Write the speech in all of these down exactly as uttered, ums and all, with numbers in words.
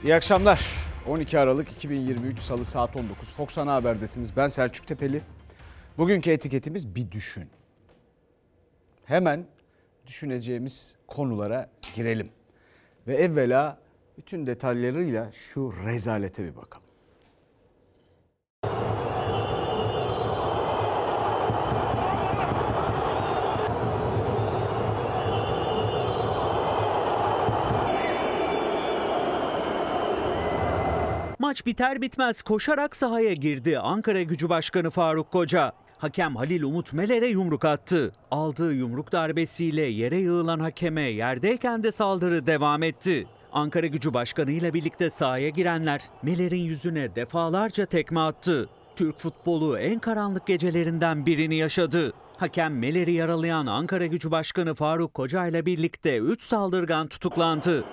İyi akşamlar. on iki Aralık iki bin yirmi üç Salı saat on dokuz. Fox Ana Haber'desiniz. Ben Selçuk Tepeli. Bugünkü etiketimiz bir düşün. Hemen düşüneceğimiz konulara girelim. Ve evvela bütün detaylarıyla şu rezalete bir bakalım. Maç biter bitmez koşarak sahaya girdi Ankaragücü Başkanı Faruk Koca. Hakem Halil Umut Meler'e yumruk attı. Aldığı yumruk darbesiyle yere yığılan hakeme yerdeyken de saldırı devam etti. Ankaragücü Başkanı ile birlikte sahaya girenler Meler'in yüzüne defalarca tekme attı. Türk futbolu en karanlık gecelerinden birini yaşadı. Hakem Meler'i yaralayan Ankaragücü Başkanı Faruk Koca ile birlikte üç saldırgan tutuklandı.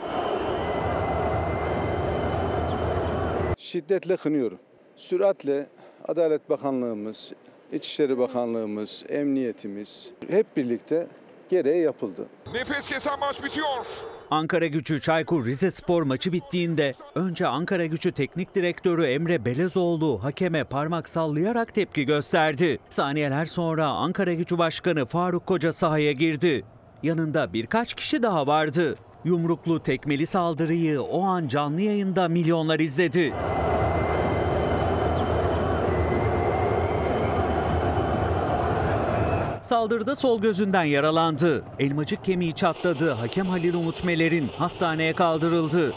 Şiddetle kınıyorum. Süratle Adalet Bakanlığımız, İçişleri Bakanlığımız, Emniyetimiz hep birlikte gereği yapıldı. Nefes kesen maç bitiyor. Ankaragücü Çaykur Rizespor maçı bittiğinde önce Ankaragücü Teknik Direktörü Emre Belezoğlu hakeme parmak sallayarak tepki gösterdi. Saniyeler sonra Ankaragücü Başkanı Faruk Koca sahaya girdi. Yanında birkaç kişi daha vardı. Yumruklu tekmeli saldırıyı o an canlı yayında milyonlar izledi. Saldırıda sol gözünden yaralandı. Elmacık kemiği çatladı. Hakem Halil Umut Meler'in hastaneye kaldırıldı.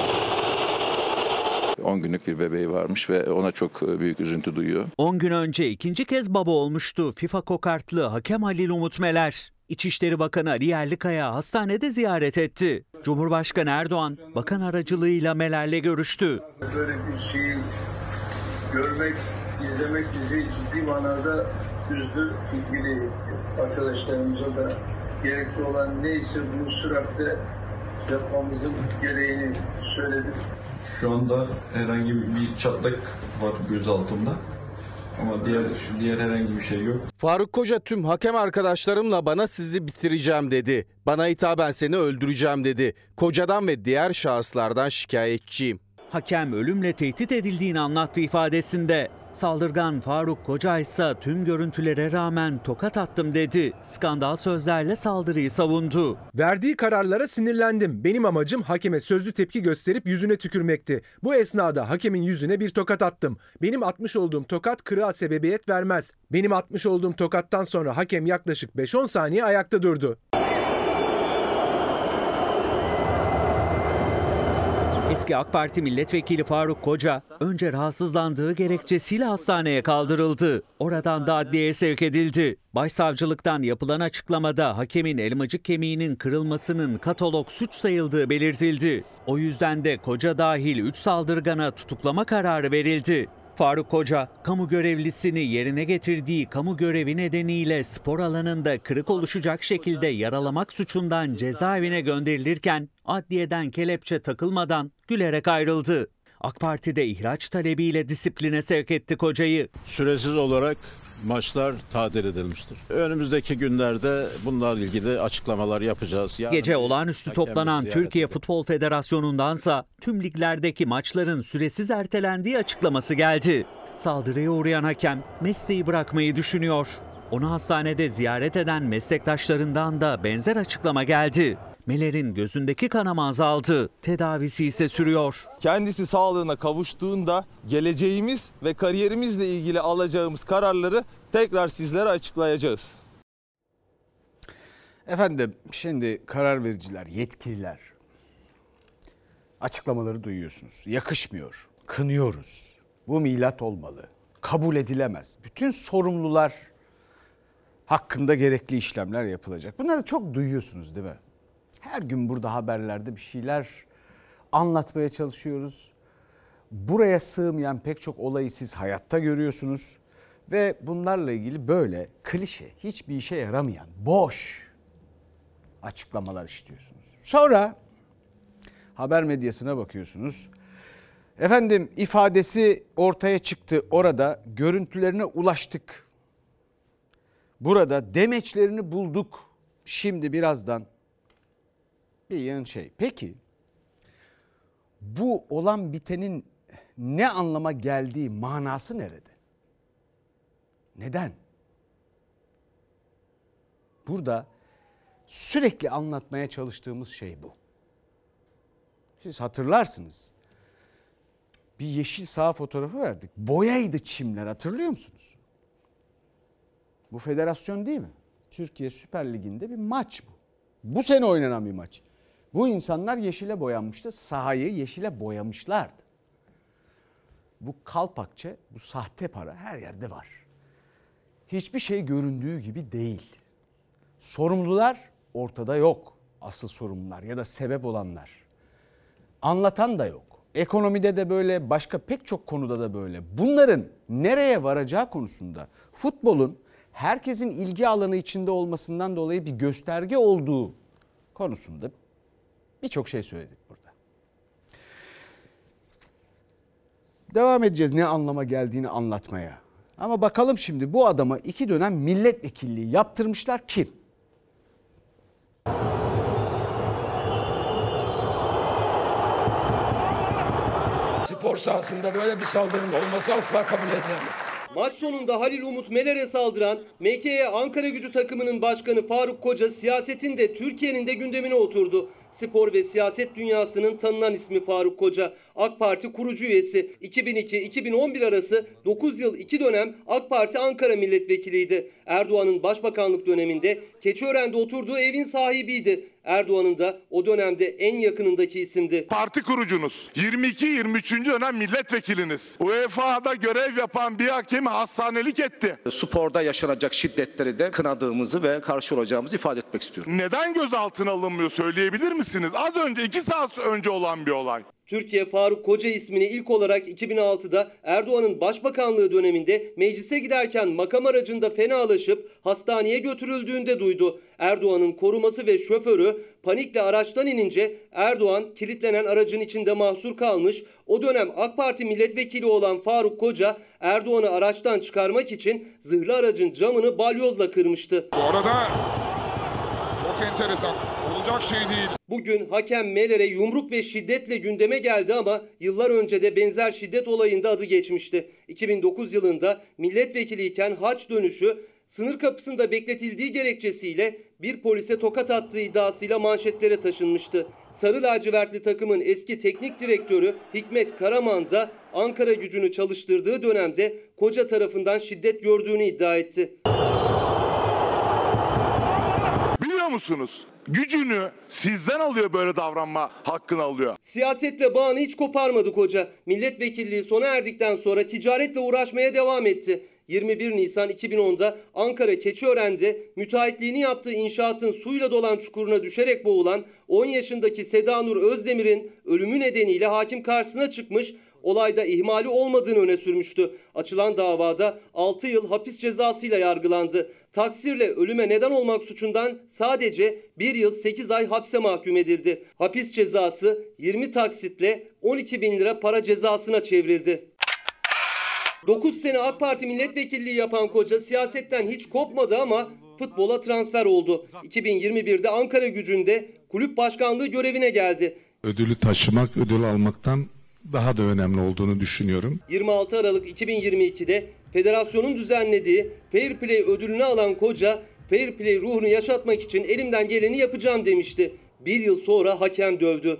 on günlük bir bebeği varmış ve ona çok büyük üzüntü duyuyor. on gün önce ikinci kez baba olmuştu FIFA kokartlı hakem Halil Umut Meler. İçişleri Bakanı Ali Yerlikaya hastanede ziyaret etti. Cumhurbaşkanı Erdoğan bakan aracılığıyla Meler'le görüştü. Böyle bir şeyi görmek, izlemek bizi ciddi manada üzdü. İlgili arkadaşlarımıza da gerekli olan neyse bu süratle yapmamızın gereğini söyledik. Şu anda herhangi bir çatlak var göz altında. Ama diğer diğer herhangi bir şey yok. Faruk Koca tüm hakem arkadaşlarımla bana sizi bitireceğim dedi. Bana hitaben seni öldüreceğim dedi. Koca'dan ve diğer şahıslardan şikayetçiyim. Hakem ölümle tehdit edildiğini anlattı ifadesinde. Saldırgan Faruk Koca ise tüm görüntülere rağmen tokat attım dedi. Skandal sözlerle saldırıyı savundu. Verdiği kararlara sinirlendim. Benim amacım hakeme sözlü tepki gösterip yüzüne tükürmekti. Bu esnada hakemin yüzüne bir tokat attım. Benim atmış olduğum tokat kırığa sebebiyet vermez. Benim atmış olduğum tokattan sonra hakem yaklaşık beş on saniye ayakta durdu. Eski AK Parti milletvekili Faruk Koca önce rahatsızlandığı gerekçesiyle hastaneye kaldırıldı. Oradan da adliyeye sevk edildi. Başsavcılıktan yapılan açıklamada hakemin elmacık kemiğinin kırılmasının katalog suç sayıldığı belirtildi. O yüzden de Koca dahil üç saldırgana tutuklama kararı verildi. Faruk Koca, kamu görevlisini yerine getirdiği kamu görevi nedeniyle spor alanında kırık oluşacak şekilde yaralamak suçundan cezaevine gönderilirken adliyeden kelepçe takılmadan gülerek ayrıldı. AK Parti'de ihraç talebiyle disipline sevk etti Koca'yı. Süresiz olarak maçlar tadil edilmiştir. Önümüzdeki günlerde bunlarla ilgili açıklamalar yapacağız. Yarın Gece olağanüstü toplanan Türkiye edecek. Futbol Federasyonu'ndansa tüm liglerdeki maçların süresiz ertelendiği açıklaması geldi. Saldırıya uğrayan hakem mesleği bırakmayı düşünüyor. Onu hastanede ziyaret eden meslektaşlarından da benzer açıklama geldi. Meler'in gözündeki kanama azaldı, tedavisi ise sürüyor. Kendisi sağlığına kavuştuğunda geleceğimiz ve kariyerimizle ilgili alacağımız kararları tekrar sizlere açıklayacağız. Efendim şimdi karar vericiler, yetkililer açıklamaları duyuyorsunuz. Yakışmıyor, kınıyoruz. Bu milat olmalı, kabul edilemez. Bütün sorumlular hakkında gerekli işlemler yapılacak. Bunları çok duyuyorsunuz değil mi? Her gün burada haberlerde bir şeyler anlatmaya çalışıyoruz. Buraya sığmayan pek çok olayı siz hayatta görüyorsunuz. Ve bunlarla ilgili böyle klişe, hiçbir işe yaramayan, boş açıklamalar işliyorsunuz. Sonra haber medyasına bakıyorsunuz. Efendim ifadesi ortaya çıktı, orada görüntülerine ulaştık. Burada demeçlerini bulduk. Şimdi birazdan bir yan şey. Peki bu olan bitenin ne anlama geldiği, manası nerede? Neden? Burada sürekli anlatmaya çalıştığımız şey bu. Siz hatırlarsınız. Bir yeşil saha fotoğrafı verdik. Boyaydı çimler, hatırlıyor musunuz? Bu federasyon değil mi? Türkiye Süper Ligi'nde bir maç bu. Bu sene oynanan bir maç. Bu insanlar yeşile boyanmıştı. Sahayı yeşile boyamışlardı. Bu kalpakçe, bu sahte para her yerde var. Hiçbir şey göründüğü gibi değil. Sorumlular ortada yok. Asıl sorumlular ya da sebep olanlar. Anlatan da yok. Ekonomide de böyle, başka pek çok konuda da böyle. Bunların nereye varacağı konusunda futbolun herkesin ilgi alanı içinde olmasından dolayı bir gösterge olduğu konusunda birçok şey söyledik burada. Devam edeceğiz ne anlama geldiğini anlatmaya. Ama bakalım şimdi, bu adama iki dönem milletvekilliği yaptırmışlar, kim? Spor sahasında böyle bir saldırının olması asla kabul edilemez. Maç sonunda Halil Umut Meler'e saldıran M K E Ankara Gücü takımının başkanı Faruk Koca siyasetin de Türkiye'nin de gündemine oturdu. Spor ve siyaset dünyasının tanınan ismi Faruk Koca. AK Parti kurucu üyesi, iki bin iki iki bin on bir arası dokuz yıl iki dönem AK Parti Ankara milletvekiliydi. Erdoğan'ın başbakanlık döneminde Keçiören'de oturduğu evin sahibiydi. Erdoğan'ın da o dönemde en yakınındaki isimdi. Parti kurucunuz, yirmi iki yirmi üçüncü dönem milletvekiliniz. U E F A'da görev yapan bir hakemi hastanelik etti. Sporda yaşanacak şiddetleri de kınadığımızı ve karşı olacağımızı ifade etmek istiyorum. Neden gözaltına alınmıyor söyleyebilir misiniz? Az önce, iki saat önce olan bir olay. Türkiye Faruk Koca ismini ilk olarak iki bin altıda Erdoğan'ın başbakanlığı döneminde meclise giderken makam aracında fenalaşıp hastaneye götürüldüğünde duydu. Erdoğan'ın koruması ve şoförü panikle araçtan inince Erdoğan kilitlenen aracın içinde mahsur kalmış. O dönem AK Parti milletvekili olan Faruk Koca Erdoğan'ı araçtan çıkarmak için zırhlı aracın camını balyozla kırmıştı. Bu arada çok enteresan, olacak şey değil. Bugün hakem Meler'e yumruk ve şiddetle gündeme geldi ama yıllar önce de benzer şiddet olayında adı geçmişti. iki bin dokuz yılında milletvekiliyken haç dönüşü sınır kapısında bekletildiği gerekçesiyle bir polise tokat attığı iddiasıyla manşetlere taşınmıştı. Sarı lacivertli takımın eski teknik direktörü Hikmet Karaman da Ankara Gücü'nü çalıştırdığı dönemde Koca tarafından şiddet gördüğünü iddia etti. Biliyor musunuz? Gücünü sizden alıyor, böyle davranma hakkını alıyor. Siyasetle bağını hiç koparmadı Koca. Milletvekilliği sona erdikten sonra ticaretle uğraşmaya devam etti. yirmi bir Nisan iki bin onda Ankara Keçiören'de müteahhitliğini yaptığı inşaatın suyla dolan çukuruna düşerek boğulan on yaşındaki Seda Nur Özdemir'in ölümü nedeniyle hakim karşısına çıkmış, olayda ihmali olmadığını öne sürmüştü. Açılan davada altı yıl hapis cezasıyla yargılandı. Taksirle ölüme neden olmak suçundan sadece bir yıl sekiz ay hapse mahkum edildi. Hapis cezası yirmi taksitle on iki bin lira para cezasına çevrildi. dokuz sene AK Parti milletvekilliği yapan Koca siyasetten hiç kopmadı ama futbola transfer oldu. iki bin yirmi birde Ankara Gücü'nde kulüp başkanlığı görevine geldi. Ödülü taşımak, ödül almaktan daha da önemli olduğunu düşünüyorum. yirmi altı Aralık iki bin yirmi ikide federasyonun düzenlediği Fair Play ödülünü alan Koca, Fair Play ruhunu yaşatmak için elimden geleni yapacağım demişti. Bir yıl sonra hakem dövdü.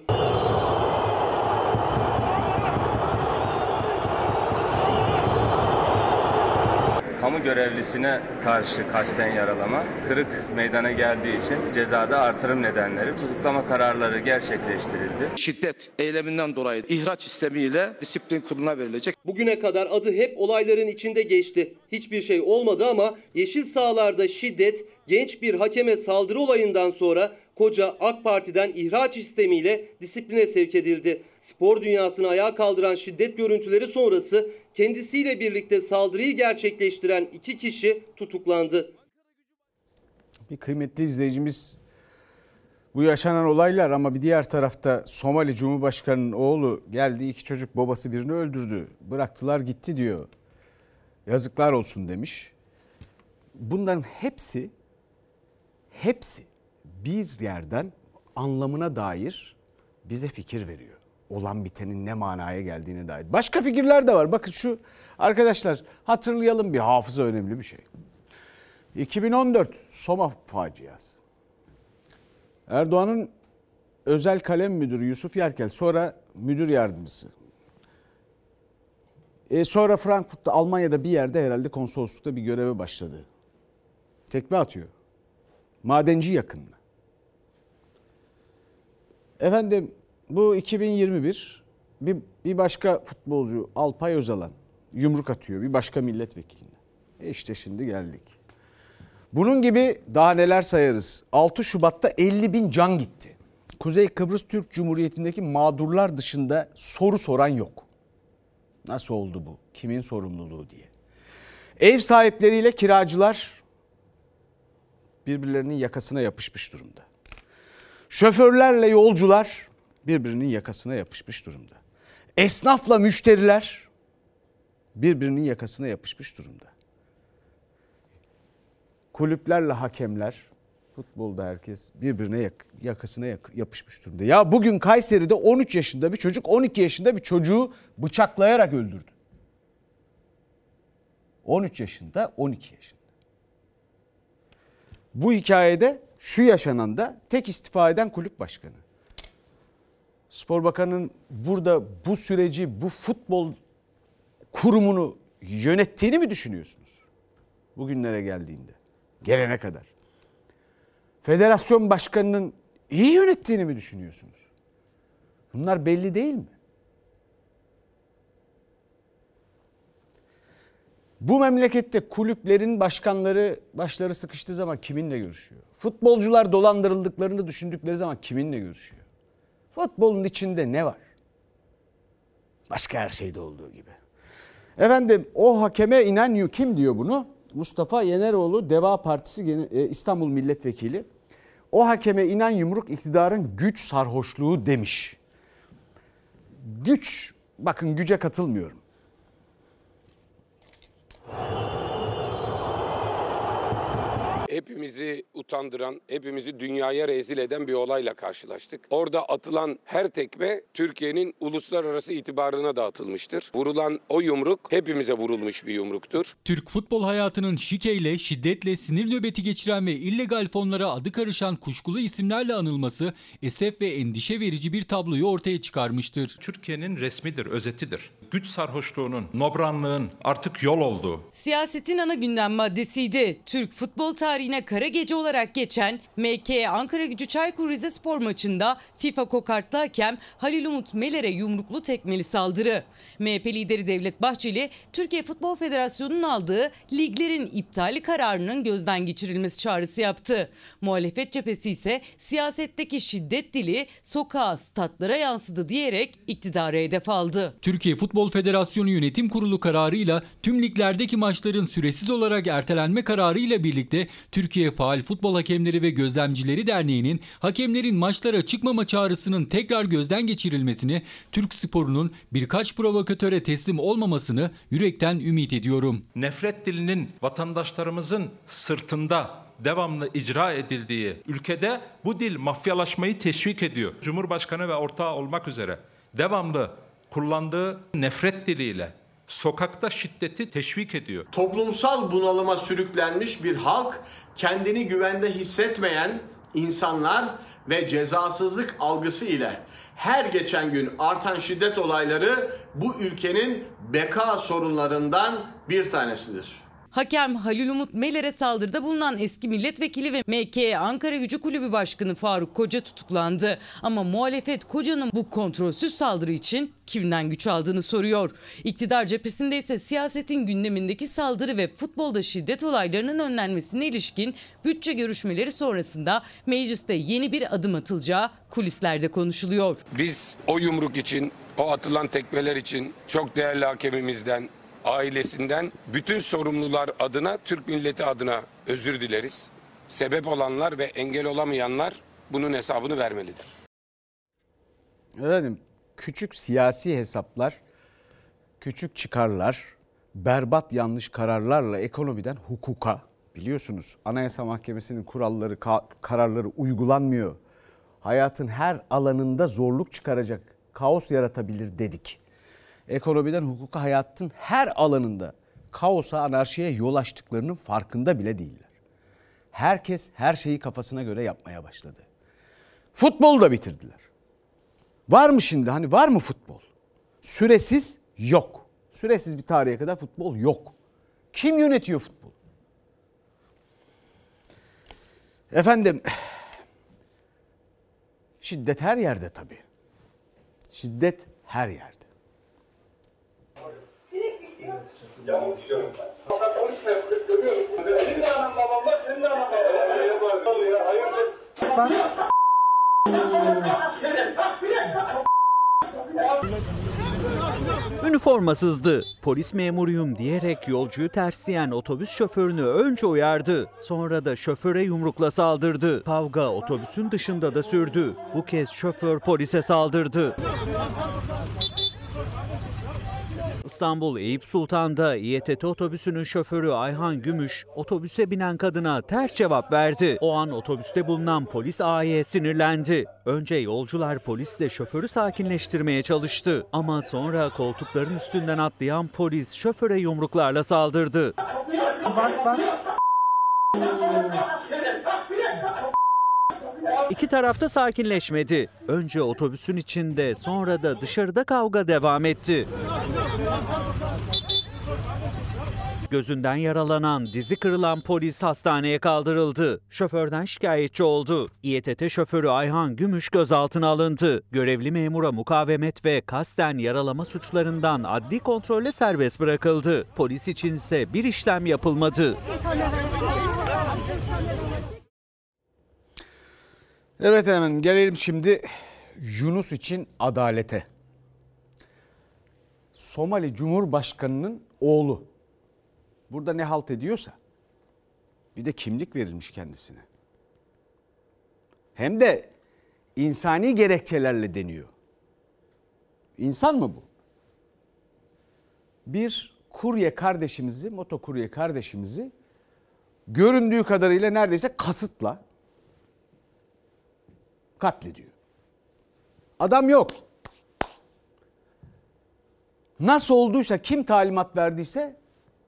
Kamu görevlisine karşı kasten yaralama, kırık meydana geldiği için cezada artırım nedenleri tutuklama kararları gerçekleştirildi. Şiddet eyleminden dolayı ihraç sistemiyle disiplin kuruluna verilecek. Bugüne kadar adı hep olayların içinde geçti. Hiçbir şey olmadı ama yeşil sahalarda şiddet, genç bir hakeme saldırı olayından sonra Koca AK Parti'den ihraç sistemiyle disipline sevk edildi. Spor dünyasını ayağa kaldıran şiddet görüntüleri sonrası kendisiyle birlikte saldırıyı gerçekleştiren iki kişi tutuklandı. Bir kıymetli izleyicimiz, bu yaşanan olaylar ama bir diğer tarafta Somali Cumhurbaşkanı'nın oğlu geldi, iki çocuk babası birini öldürdü, bıraktılar gitti diyor. Yazıklar olsun demiş. Bunların hepsi hepsi bir yerden anlamına dair bize fikir veriyor. olan bitenin ne manaya geldiğine dair. Başka figürler de var. Bakın şu arkadaşlar, hatırlayalım, bir hafıza önemli bir şey. iki bin on dört Soma faciası. Erdoğan'ın özel kalem müdürü Yusuf Yerkel, sonra müdür yardımcısı. E sonra Frankfurt'ta, Almanya'da bir yerde herhalde konsoloslukta bir göreve başladı. Tekme atıyor. Madenci yakınına. Efendim bu iki bin yirmi bir bir, bir başka futbolcu Alpay Özalan yumruk atıyor bir başka milletvekiline. E işte şimdi geldik. Bunun gibi daha neler sayarız. altı Şubat'ta elli bin can gitti. Kuzey Kıbrıs Türk Cumhuriyeti'ndeki mağdurlar dışında soru soran yok. Nasıl oldu bu? Kimin sorumluluğu diye. Ev sahipleriyle kiracılar birbirlerinin yakasına yapışmış durumda. Şoförlerle yolcular birbirinin yakasına yapışmış durumda. Esnafla müşteriler birbirinin yakasına yapışmış durumda. Kulüplerle hakemler, futbolda herkes birbirine yakasına yapışmış durumda. Ya bugün Kayseri'de on üç yaşında bir çocuk on iki yaşında bir çocuğu bıçaklayarak öldürdü. on üç yaşında, on iki yaşında. Bu hikayede şu yaşanan da tek istifa eden kulüp başkanı. Spor Bakanı'nın burada bu süreci, bu futbol kurumunu yönettiğini mi düşünüyorsunuz? Bugünlere geldiğinde, gelene kadar. Federasyon başkanının iyi yönettiğini mi düşünüyorsunuz? Bunlar belli değil mi? Bu memlekette kulüplerin başkanları başları sıkıştığı zaman kiminle görüşüyor? Futbolcular dolandırıldıklarını düşündükleri zaman kiminle görüşüyor? Futbolun içinde ne var? Başka her şeyde olduğu gibi. Efendim o hakeme inen kim diyor bunu? Mustafa Yeneroğlu, Deva Partisi İstanbul Milletvekili. O hakeme inen yumruk iktidarın güç sarhoşluğu demiş. Güç, bakın güce katılmıyorum. Hepimizi utandıran, hepimizi dünyaya rezil eden bir olayla karşılaştık. Orada atılan her tekme Türkiye'nin uluslararası itibarına da atılmıştır. Vurulan o yumruk hepimize vurulmuş bir yumruktur. Türk futbol hayatının şikeyle, şiddetle, sinir nöbeti geçiren ve illegal fonlara adı karışan kuşkulu isimlerle anılması esef ve endişe verici bir tabloyu ortaya çıkarmıştır. Türkiye'nin resmidir, özetidir. Güç sarhoşluğunun, nobranlığın artık yol olduğu. Siyasetin ana gündem maddesiydi. Türk futbol tarihine kara gece olarak geçen M K Ankaragücü Çaykur Rizespor maçında FIFA kokartlı hakem Halil Umut Meler'e yumruklu tekmeli saldırı. M H P lideri Devlet Bahçeli, Türkiye Futbol Federasyonu'nun aldığı liglerin iptali kararının gözden geçirilmesi çağrısı yaptı. Muhalefet cephesi ise siyasetteki şiddet dili sokağa, statlara yansıdı diyerek iktidarı hedef aldı. Türkiye Futbol Federasyonu Yönetim Kurulu kararıyla tüm liglerdeki maçların süresiz olarak ertelenme kararıyla birlikte Türkiye Faal Futbol Hakemleri ve Gözlemcileri Derneği'nin hakemlerin maçlara çıkmama çağrısının tekrar gözden geçirilmesini, Türk sporunun birkaç provokatöre teslim olmamasını yürekten ümit ediyorum. Nefret dilinin vatandaşlarımızın sırtında devamlı icra edildiği ülkede bu dil mafyalaşmayı teşvik ediyor. Cumhurbaşkanı ve ortağı olmak üzere devamlı kullandığı nefret diliyle sokakta şiddeti teşvik ediyor. Toplumsal bunalıma sürüklenmiş bir halk, kendini güvende hissetmeyen insanlar ve cezasızlık algısı ile her geçen gün artan şiddet olayları bu ülkenin beka sorunlarından bir tanesidir. Hakem Halil Umut Meler'e saldırıda bulunan eski milletvekili ve M K Ankaragücü Kulübü Başkanı Faruk Koca tutuklandı. Ama muhalefet Koca'nın bu kontrolsüz saldırı için kimden güç aldığını soruyor. İktidar cephesinde ise siyasetin gündemindeki saldırı ve futbolda şiddet olaylarının önlenmesine ilişkin bütçe görüşmeleri sonrasında mecliste yeni bir adım atılacağı kulislerde konuşuluyor. Biz o yumruk için, o atılan tekmeler için çok değerli hakemimizden, ailesinden, bütün sorumlular adına, Türk milleti adına özür dileriz. Sebep olanlar ve engel olamayanlar bunun hesabını vermelidir. Efendim, küçük siyasi hesaplar, küçük çıkarlar, berbat yanlış kararlarla ekonomiden hukuka, biliyorsunuz Anayasa Mahkemesi'nin kuralları, ka- kararları uygulanmıyor. Hayatın her alanında zorluk çıkaracak kaos yaratabilir dedik. Ekonomiden hukuka, hayatın her alanında kaosa, anarşiye yol açtıklarının farkında bile değiller. Herkes her şeyi kafasına göre yapmaya başladı. Futbolu da bitirdiler. Var mı şimdi? Hani var mı futbol? Süresiz yok. Süresiz bir tarihe kadar futbol yok. Kim yönetiyor futbolu? Efendim, şiddet her yerde tabii. Şiddet her yerde. Üniformasızdı. Polis memuruyum diyerek yolcuyu tersleyen otobüs şoförünü önce uyardı. Sonra da şoföre yumrukla saldırdı. Kavga otobüsün dışında da sürdü. Bu kez şoför polise saldırdı. İstanbul Eyüp Sultan'da İ T T otobüsünün şoförü Ayhan Gümüş otobüse binen kadına ters cevap verdi. O an otobüste bulunan polis A'ya sinirlendi. Önce yolcular polisle şoförü sakinleştirmeye çalıştı. Ama sonra koltukların üstünden atlayan polis şoföre yumruklarla saldırdı. Bak bak. İki tarafta sakinleşmedi. Önce otobüsün içinde, sonra da dışarıda kavga devam etti. Gözünden yaralanan, dizi kırılan polis hastaneye kaldırıldı. Şoförden şikayetçi oldu. İ T T şoförü Ayhan Gümüş gözaltına alındı. Görevli memura mukavemet ve kasten yaralama suçlarından adli kontrolle serbest bırakıldı. Polis içinse bir işlem yapılmadı. Evet, hemen gelelim şimdi Yunus için adalete. Somali Cumhurbaşkanı'nın oğlu. Burada ne halt ediyorsa bir de kimlik verilmiş kendisine. Hem de insani gerekçelerle deniyor. İnsan mı bu? Bir kurye kardeşimizi, motokurye kardeşimizi göründüğü kadarıyla neredeyse kasıtla katlediyor. Adam yok. Nasıl olduysa, kim talimat verdiyse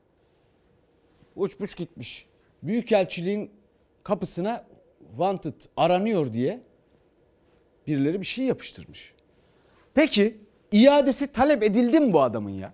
uçmuş gitmiş. Büyükelçiliğin kapısına wanted aranıyor diye birileri bir şey yapıştırmış. Peki iadesi talep edildi mi bu adamın ya?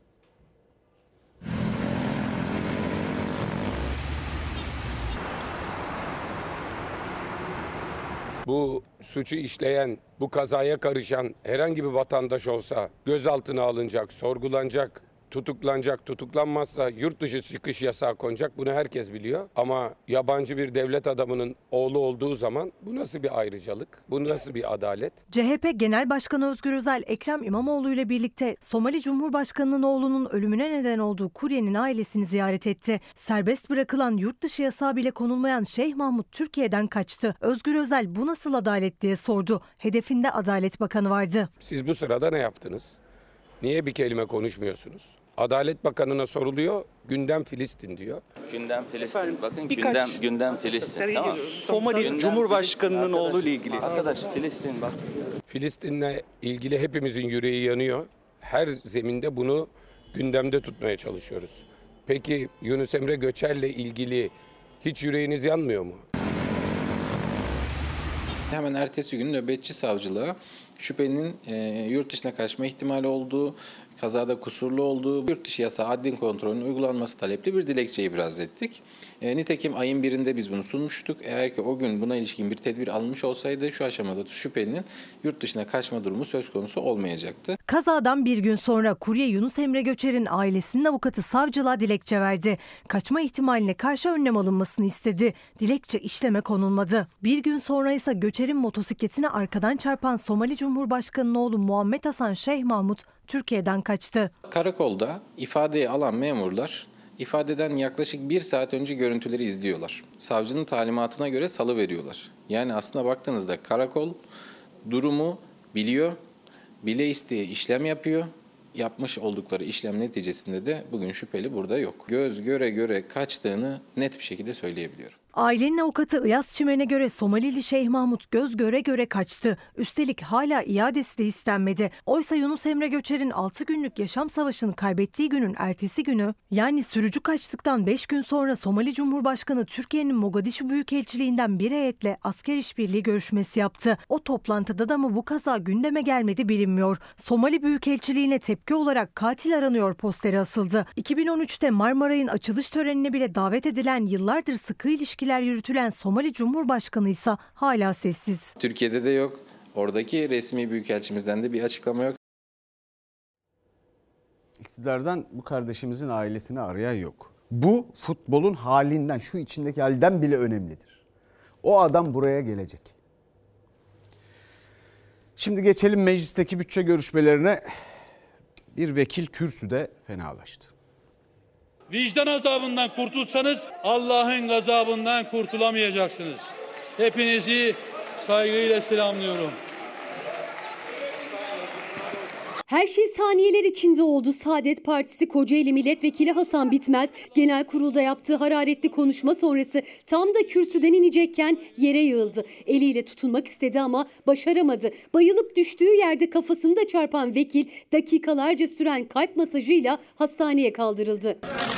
Bu suçu işleyen, bu kazaya karışan herhangi bir vatandaş olsa gözaltına alınacak, sorgulanacak, tutuklanacak, tutuklanmazsa yurt dışı çıkış yasağı konacak. Bunu herkes biliyor. Ama yabancı bir devlet adamının oğlu olduğu zaman bu nasıl bir ayrıcalık? Bu nasıl bir adalet? C H P Genel Başkanı Özgür Özel, Ekrem İmamoğlu ile birlikte Somali Cumhurbaşkanı'nın oğlunun ölümüne neden olduğu kuryenin ailesini ziyaret etti. Serbest bırakılan, yurt dışı yasağı bile konulmayan Şeyh Mahmut Türkiye'den kaçtı. Özgür Özel bu nasıl adalet diye sordu. Hedefinde Adalet Bakanı vardı. Siz bu sırada ne yaptınız? Niye bir kelime konuşmuyorsunuz? Adalet Bakanı'na soruluyor, gündem Filistin diyor. Gündem Filistin. Efendim, Bakın birkaç- gündem gündem Filistin. Tamam. Somali Gündem Cumhurbaşkanı'nın Filistin. oğluyla ilgili. Arkadaş Filistin bak. Filistin'le ilgili hepimizin yüreği yanıyor. Her zeminde bunu gündemde tutmaya çalışıyoruz. Peki Yunus Emre Göçer'le ilgili hiç yüreğiniz yanmıyor mu? Hemen ertesi gün nöbetçi savcılığa şüphelinin e, yurt dışına kaçma ihtimali olduğu, kazada kusurlu olduğu, yurt dışı yasağı adli kontrolünün uygulanması talepli bir dilekçe ibraz ettik. E, nitekim ayın birinde biz bunu sunmuştuk. Eğer ki o gün buna ilişkin bir tedbir alınmış olsaydı şu aşamada şüphelinin yurt dışına kaçma durumu söz konusu olmayacaktı. Kazadan bir gün sonra kurye Yunus Emre Göçer'in ailesinin avukatı savcılığa dilekçe verdi. Kaçma ihtimaline karşı önlem alınmasını istedi. Dilekçe işleme konulmadı. Bir gün sonra ise Göçer'in motosikletine arkadan çarpan Somali Cumhurbaşkanı'nın oğlu Muhammed Hasan Şeyh Mahmut Türkiye'den kaçtı. Karakolda ifadeyi alan memurlar ifadeden yaklaşık bir saat önce görüntüleri izliyorlar. Savcının talimatına göre salı veriyorlar. Yani aslında baktığınızda karakol durumu biliyor, bile isteye işlem yapıyor. Yapmış oldukları işlem neticesinde de bugün şüpheli burada yok. Göz göre göre kaçtığını net bir şekilde söyleyebiliyorum. Ailenin avukatı İyaz Çimen'e göre Somalili Şeyh Mahmut göz göre göre kaçtı. Üstelik hala iadesi de istenmedi. Oysa Yunus Emre Göçer'in altı günlük yaşam savaşını kaybettiği günün ertesi günü, yani sürücü kaçtıktan beş gün sonra Somali Cumhurbaşkanı Türkiye'nin Mogadişu Büyükelçiliğinden bir heyetle asker işbirliği görüşmesi yaptı. O toplantıda da mı bu kaza gündeme gelmedi bilinmiyor. Somali Büyükelçiliğine tepki olarak katil aranıyor posteri asıldı. iki bin on üçte Marmaray'ın açılış törenine bile davet edilen, yıllardır sıkı ilişkiler yürütülen Somali Cumhurbaşkanı ise hala sessiz. Türkiye'de de yok. Oradaki resmi büyükelçimizden de bir açıklama yok. İktidardan bu kardeşimizin ailesini arayan yok. Bu futbolun halinden, şu içindeki halden bile önemlidir. O adam buraya gelecek. Şimdi geçelim meclisteki bütçe görüşmelerine. Bir vekil kürsüde fenalaştı. Vicdan azabından kurtulsanız Allah'ın gazabından kurtulamayacaksınız. Hepinizi saygıyla selamlıyorum. Her şey saniyeler içinde oldu. Saadet Partisi Kocaeli Milletvekili Hasan Bitmez genel kurulda yaptığı hararetli konuşma sonrası tam da kürsüden inecekken yere yığıldı. Eliyle tutunmak istedi ama başaramadı. Bayılıp düştüğü yerde kafasını da çarpan vekil dakikalarca süren kalp masajıyla hastaneye kaldırıldı.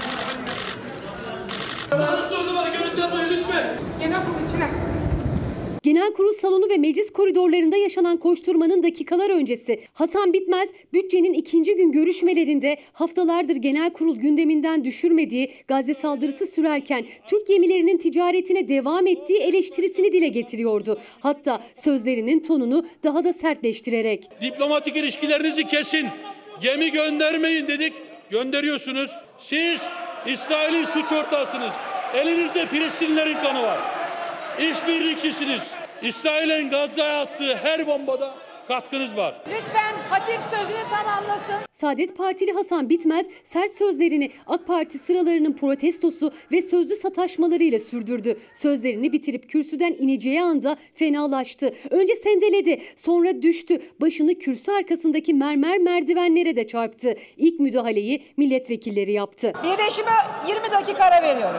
Sağlık sorunu var, görüntü yapmayın lütfen. Genel kurul içine. Genel kurul salonu ve meclis koridorlarında yaşanan koşturmanın dakikalar öncesi Hasan Bitmez bütçenin ikinci gün görüşmelerinde haftalardır genel kurul gündeminden düşürmediği Gazze saldırısı sürerken Türk gemilerinin ticaretine devam ettiği eleştirisini dile getiriyordu. Hatta sözlerinin tonunu daha da sertleştirerek. Diplomatik ilişkilerinizi kesin, gemi göndermeyin dedik, gönderiyorsunuz. Siz İsrail'in suç ortağısınız, elinizde Filistinlilerin kanı var. İşbirlikçisiniz. İsrail'in Gazze'ye attığı her bombada katkınız var. Lütfen hatip sözünü tamamlasın. Saadet Partili Hasan Bitmez sert sözlerini AK Parti sıralarının protestosu ve sözlü sataşmalarıyla sürdürdü. Sözlerini bitirip kürsüden ineceği anda fenalaştı. Önce sendeledi, sonra düştü. Başını kürsü arkasındaki mermer merdivenlere de çarptı. İlk müdahaleyi milletvekilleri yaptı. Birleşime yirmi dakika ara veriyorum.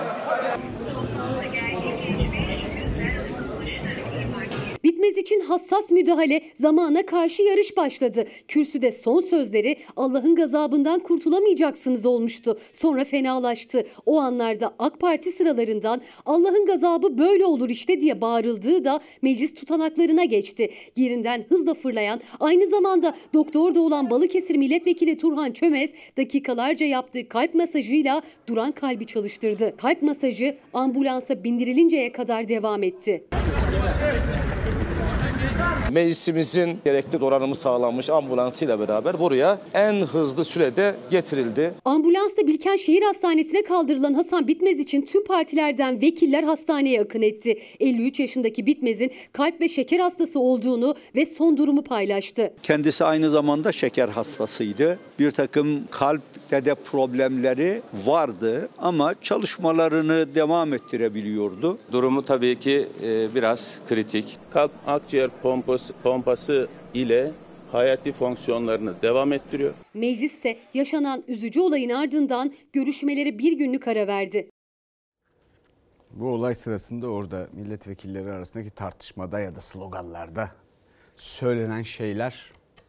Bitmez için hassas müdahale, zamana karşı yarış başladı. Kürsüde son sözleri Allah'ın gazabından kurtulamayacaksınız olmuştu. Sonra fenalaştı. O anlarda AK Parti sıralarından Allah'ın gazabı böyle olur işte diye bağırıldığı da meclis tutanaklarına geçti. Yerinden hızla fırlayan, aynı zamanda doktor da olan Balıkesir Milletvekili Turhan Çömez dakikalarca yaptığı kalp masajıyla duran kalbi çalıştırdı. Kalp masajı ambulansa bindirilinceye kadar devam etti. Meclisimizin gerekli donanımı sağlanmış ambulansıyla beraber buraya en hızlı sürede getirildi. Ambulansla Bilkent Şehir Hastanesi'ne kaldırılan Hasan Bitmez için tüm partilerden vekiller hastaneye akın etti. elli üç yaşındaki Bitmez'in kalp ve şeker hastası olduğunu ve son durumu paylaştı. Kendisi aynı zamanda şeker hastasıydı. Bir takım kalpte de problemleri vardı ama çalışmalarını devam ettirebiliyordu. Durumu tabii ki biraz kritik. Kalp akciğer pompası, pompası ile hayati fonksiyonlarını devam ettiriyor. Meclis ise yaşanan üzücü olayın ardından görüşmeleri bir günlük ara verdi. Bu olay sırasında orada milletvekilleri arasındaki tartışmada ya da sloganlarda söylenen şeyler.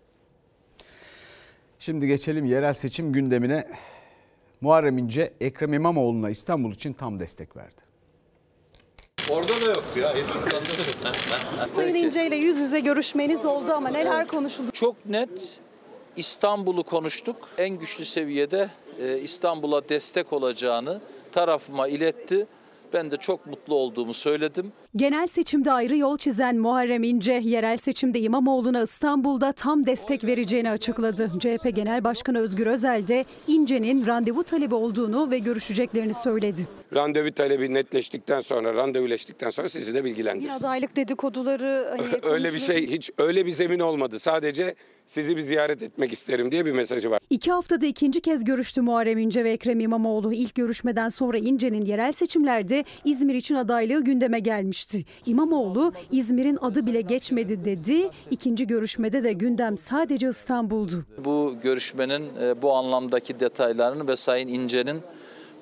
Şimdi geçelim yerel seçim gündemine. Muharrem İnce, Ekrem İmamoğlu'na İstanbul için tam destek verdi. Orada da yoktu ya. Sayın İnce ile yüz yüze görüşmeniz oldu ama neler konuşuldu? Çok net İstanbul'u konuştuk. En güçlü seviyede İstanbul'a destek olacağını tarafıma iletti. Ben de çok mutlu olduğumu söyledim. Genel seçimde ayrı yol çizen Muharrem İnce, yerel seçimde İmamoğlu'na İstanbul'da tam destek vereceğini açıkladı. C H P Genel Başkanı Özgür Özel de İnce'nin randevu talebi olduğunu ve görüşeceklerini söyledi. Randevu talebi netleştikten sonra, randevuleştikten sonra sizi de bilgilendiririz. Bir adaylık dedikoduları hani öyle bir şey, hiç öyle bir zemin olmadı. Sadece sizi bir ziyaret etmek isterim diye bir mesajı var. İki haftada ikinci kez görüştü Muharrem İnce ve Ekrem İmamoğlu. İlk görüşmeden sonra İnce'nin yerel seçimlerde İzmir için adaylığı gündeme gelmişti. İmamoğlu İzmir'in adı bile geçmedi dedi. İkinci görüşmede de gündem sadece İstanbul'du. Bu görüşmenin bu anlamdaki detaylarını ve Sayın İnce'nin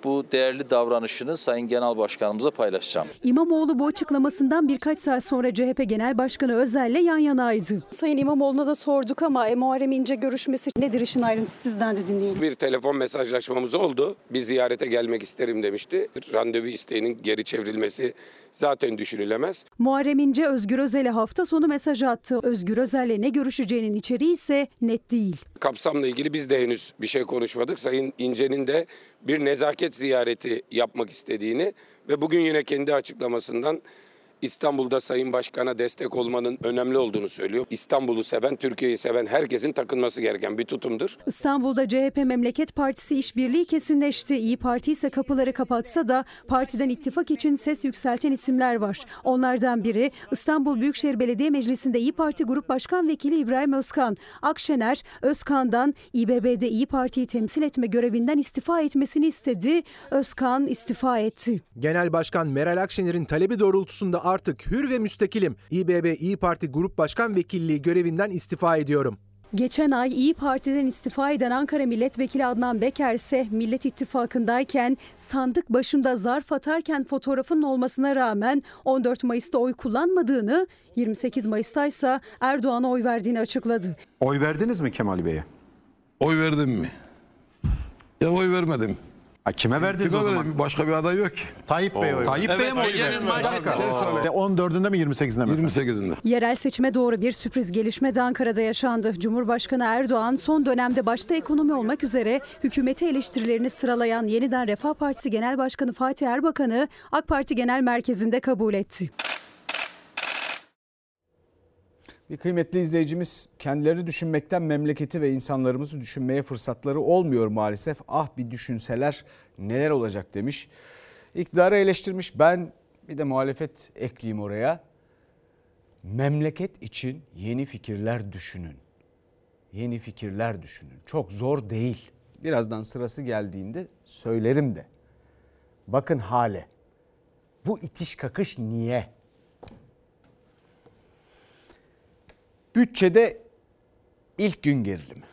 bu değerli davranışını Sayın Genel Başkanımıza paylaşacağım. İmamoğlu bu açıklamasından birkaç saat sonra C H P Genel Başkanı Özer'le yan yanaydı. Sayın İmamoğlu'na da sorduk ama e, Muharrem İnce görüşmesi nedir, işin ayrıntısı sizden de dinleyelim. Bir telefon mesajlaşmamız oldu. Bir ziyarete gelmek isterim demişti. Randevu isteğinin geri çevrilmesi zaten düşünülemez. Muharrem İnce Özgür Özel'e hafta sonu mesaj attı. Özgür Özel'le ne görüşeceğinin içeriği ise net değil. Kapsamla ilgili biz de henüz bir şey konuşmadık. Sayın İnce'nin de bir nezaket ziyareti yapmak istediğini ve bugün yine kendi açıklamasından İstanbul'da Sayın Başkan'a destek olmanın önemli olduğunu söylüyor. İstanbul'u seven, Türkiye'yi seven herkesin takınması gereken bir tutumdur. İstanbul'da C H P Memleket Partisi işbirliği kesinleşti. İYİ Parti ise kapıları kapatsa da partiden ittifak için ses yükselten isimler var. Onlardan biri İstanbul Büyükşehir Belediye Meclisi'nde İYİ Parti Grup Başkan Vekili İbrahim Özkan. Akşener, Özkan'dan İ B B'de İYİ Parti'yi temsil etme görevinden istifa etmesini istedi. Özkan istifa etti. Genel Başkan Meral Akşener'in talebi doğrultusunda artık hür ve müstakilim. İ B B İYİ Parti Grup Başkan Vekilliği görevinden istifa ediyorum. Geçen ay İYİ Parti'den istifa eden Ankara Milletvekili Adnan Beker ise Millet İttifakı'ndayken sandık başında zarf atarken fotoğrafının olmasına rağmen on dört Mayıs'ta oy kullanmadığını, yirmi sekiz Mayıs'ta ise Erdoğan'a oy verdiğini açıkladı. Oy verdiniz mi Kemal Bey'e? Oy verdim mi? Ya oy vermedim. Ha, kime verdiniz Kime o zaman? verdim? Başka bir aday yok ki. Tayyip Bey'e oy Tayyip Bey'e mi oy verdiniz? on dördünde mi yirmi sekizinde mi? yirmi sekizinde. Yerel seçime doğru bir sürpriz gelişme de Ankara'da yaşandı. Cumhurbaşkanı Erdoğan son dönemde başta ekonomi olmak üzere hükümeti eleştirilerini sıralayan Yeniden Refah Partisi Genel Başkanı Fatih Erbakan'ı AK Parti Genel Merkezi'nde kabul etti. Bir kıymetli izleyicimiz, kendilerini düşünmekten memleketi ve insanlarımızı düşünmeye fırsatları olmuyor maalesef. Ah bir düşünseler neler olacak demiş. İktidarı eleştirmiş. Ben bir de muhalefet ekleyeyim oraya. Memleket için yeni fikirler düşünün. Yeni fikirler düşünün. Çok zor değil. Birazdan sırası geldiğinde söylerim de. Bakın hale. Bu itiş kakış niye? Bütçede ilk gün gerilimi.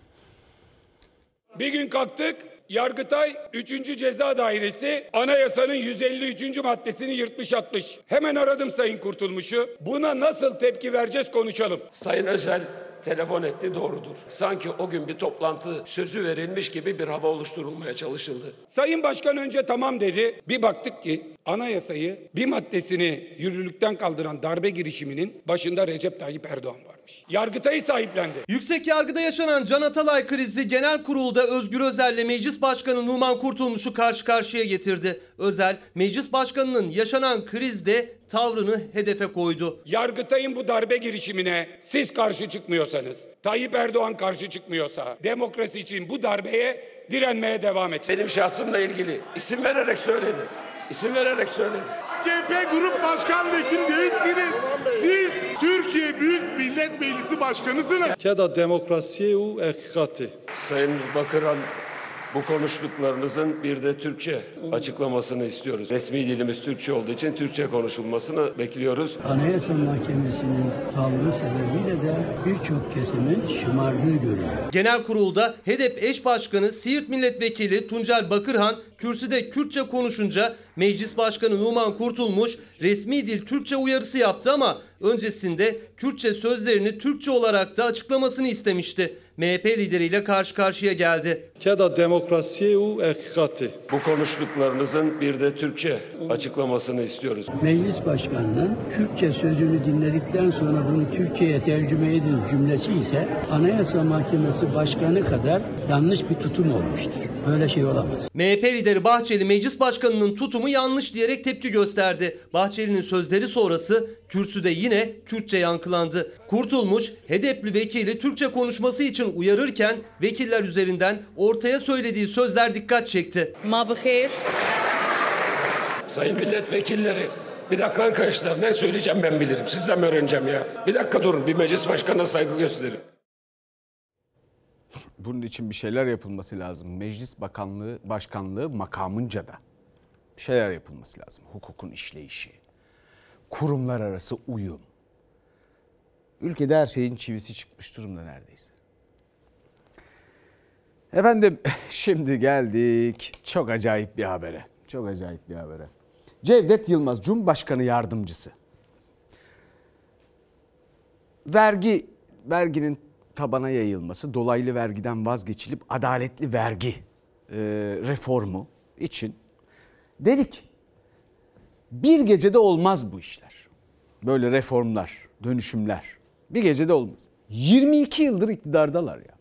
Bir gün kalktık, Yargıtay üçüncü Ceza Dairesi anayasanın yüz elli üçüncü maddesini yırtmış atmış. Hemen aradım Sayın Kurtulmuş'u. Buna nasıl tepki vereceğiz konuşalım. Sayın Özel telefon etti, doğrudur. Sanki o gün bir toplantı sözü verilmiş gibi bir hava oluşturulmaya çalışıldı. Sayın Başkan önce tamam dedi. Bir baktık ki anayasayı bir maddesini yürürlükten kaldıran darbe girişiminin başında Recep Tayyip Erdoğan varmış. Yargıtay'ı sahiplendi. Yüksek Yargı'da yaşanan Can Atalay krizi Genel Kurul'da Özgür Özel'le Meclis Başkanı Numan Kurtulmuş'u karşı karşıya getirdi. Özel, Meclis Başkanı'nın yaşanan krizde tavrını hedefe koydu. Yargıtay'ın bu darbe girişimine siz karşı çıkmıyorsanız, Tayyip Erdoğan karşı çıkmıyorsa, demokrasi için bu darbeye direnmeye devam edecek. Benim şahsımla ilgili isim vererek söyledi. İsim vererek söyledi. A K P Grup Başkan Vekili değilsiniz. Siz Türkiye Büyük Millet Meclisi Başkanısınız. Keda demokrasiye u hakikati. Sayın Bakıran, bu konuştuklarınızın bir de Türkçe açıklamasını istiyoruz. Resmi dilimiz Türkçe olduğu için Türkçe konuşulmasını bekliyoruz. Anayasa Mahkemesi'nin tavrı sebebiyle de birçok kesimin şımardığı görülüyor. Genel Kurul'da H D P eş başkanı Siirt Milletvekili Tuncel Bakırhan kürsüde Kürtçe konuşunca Meclis Başkanı Numan Kurtulmuş resmi dil Türkçe uyarısı yaptı ama öncesinde Kürtçe sözlerini Türkçe olarak da açıklamasını istemişti. M H P lideriyle karşı karşıya geldi. Keda demokrasiye u hakikati. Bu konuştuklarınızın bir de Türkçe açıklamasını istiyoruz. Meclis Başkanı'nın Kürtçe sözünü dinledikten sonra bunu Türkçe'ye tercüme edin cümlesi ise Anayasa Mahkemesi Başkanı kadar yanlış bir tutum olmuştur. Böyle şey olamaz. M H P lideri Bahçeli Meclis Başkanı'nın tutumu yanlış diyerek tepki gösterdi. Bahçeli'nin sözleri sonrası kürsüde yine Kürtçe yankılandı. Kurtulmuş H D P'li vekili Türkçe konuşması için uyarırken vekiller üzerinden ortaya söylediği sözler dikkat çekti. Mabıhir. Sayın milletvekilleri, bir dakika arkadaşlar, ne söyleyeceğim ben bilirim. Sizden mi öğreneceğim ya? Bir dakika durun, bir meclis başkanına saygı gösterin. Bunun için bir şeyler yapılması lazım. Meclis Bakanlığı, Başkanlığı makamınca da bir şeyler yapılması lazım. Hukukun işleyişi, kurumlar arası uyum. Ülkede her şeyin çivisi çıkmış durumda neredeyse. Efendim şimdi geldik çok acayip bir habere. Çok acayip bir habere. Cevdet Yılmaz Cumhurbaşkanı Yardımcısı. Vergi, verginin tabana yayılması, dolaylı vergiden vazgeçilip adaletli vergi e, reformu için dedik. Bir gecede olmaz bu işler. Böyle reformlar, dönüşümler. Bir gecede olmaz. yirmi iki yıldır iktidardalar ya.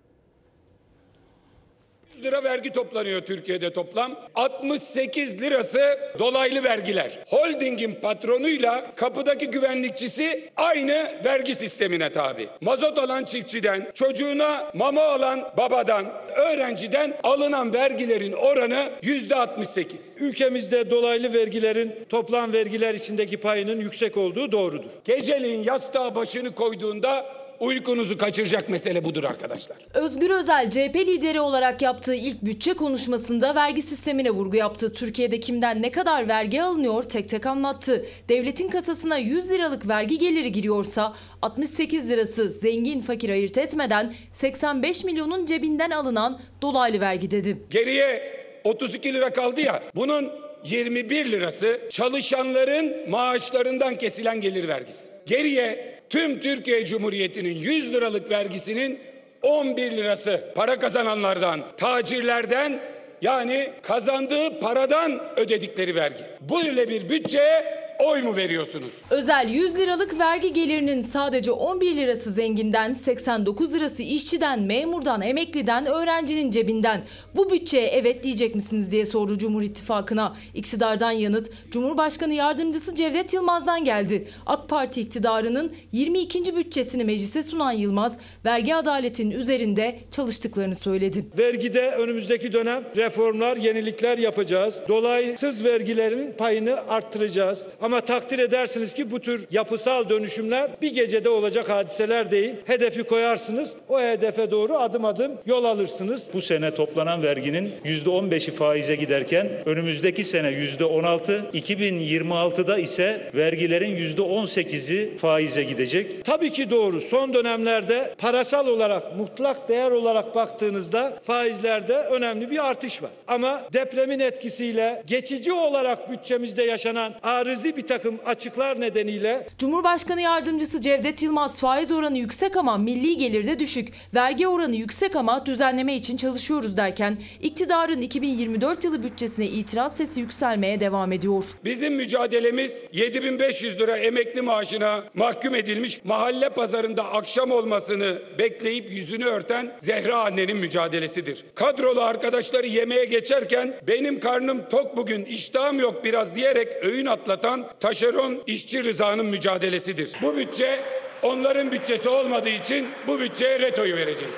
yüz lira vergi toplanıyor Türkiye'de toplam. altmış sekiz lirası dolaylı vergiler. Holdingin patronuyla kapıdaki güvenlikçisi aynı vergi sistemine tabi. Mazot alan çiftçiden, çocuğuna mama alan babadan, öğrenciden alınan vergilerin oranı yüzde altmış sekiz. Ülkemizde dolaylı vergilerin toplam vergiler içindeki payının yüksek olduğu doğrudur. Geceliğin yastığa başını koyduğunda uykunuzu kaçıracak mesele budur arkadaşlar. Özgür Özel C H P lideri olarak yaptığı ilk bütçe konuşmasında vergi sistemine vurgu yaptı. Türkiye'de kimden ne kadar vergi alınıyor tek tek anlattı. Devletin kasasına yüz liralık vergi geliri giriyorsa altmış sekiz lirası zengin fakir ayırt etmeden seksen beş milyonun cebinden alınan dolaylı vergi dedi. Geriye otuz iki lira kaldı ya, bunun yirmi bir lirası çalışanların maaşlarından kesilen gelir vergisi. Geriye tüm Türkiye Cumhuriyeti'nin yüz liralık vergisinin on bir lirası para kazananlardan, tacirlerden, yani kazandığı paradan ödedikleri vergi. Böyle bir bütçeye oy mu veriyorsunuz? Özel yüz liralık vergi gelirinin sadece on bir lirası zenginden, seksen dokuz lirası işçiden, memurdan, emekliden, öğrencinin cebinden. Bu bütçeye evet diyecek misiniz diye sordu Cumhur İttifakı'na. İktidardan yanıt Cumhurbaşkanı Yardımcısı Cevdet Yılmaz'dan geldi. AK Parti iktidarının yirmi ikinci bütçesini meclise sunan Yılmaz, vergi adaletinin üzerinde çalıştıklarını söyledi. Vergide önümüzdeki dönem reformlar, yenilikler yapacağız. Dolaysız vergilerin payını arttıracağız. Ama takdir edersiniz ki bu tür yapısal dönüşümler bir gecede olacak hadiseler değil. Hedefi koyarsınız, o hedefe doğru adım adım yol alırsınız. Bu sene toplanan verginin yüzde on beşi faize giderken önümüzdeki sene yüzde on altı, iki bin yirmi altıda ise vergilerin yüzde on sekizi faize gidecek. Tabii ki doğru. Son dönemlerde parasal olarak, mutlak değer olarak baktığınızda faizlerde önemli bir artış var. Ama depremin etkisiyle geçici olarak bütçemizde yaşanan arızi bir takım açıklar nedeniyle Cumhurbaşkanı Yardımcısı Cevdet Yılmaz faiz oranı yüksek ama milli gelirde düşük, vergi oranı yüksek ama düzenleme için çalışıyoruz derken iktidarın iki bin yirmi dört yılı bütçesine itiraz sesi yükselmeye devam ediyor. Bizim mücadelemiz yedi bin beş yüz lira emekli maaşına mahkum edilmiş, mahalle pazarında akşam olmasını bekleyip yüzünü örten Zehra annenin mücadelesidir. Kadrolu arkadaşları yemeğe geçerken benim karnım tok bugün, iştahım yok biraz diyerek öğün atlatan taşeron işçi Rıza'nın mücadelesidir. Bu bütçe onların bütçesi olmadığı için bu bütçeye retoyu vereceğiz.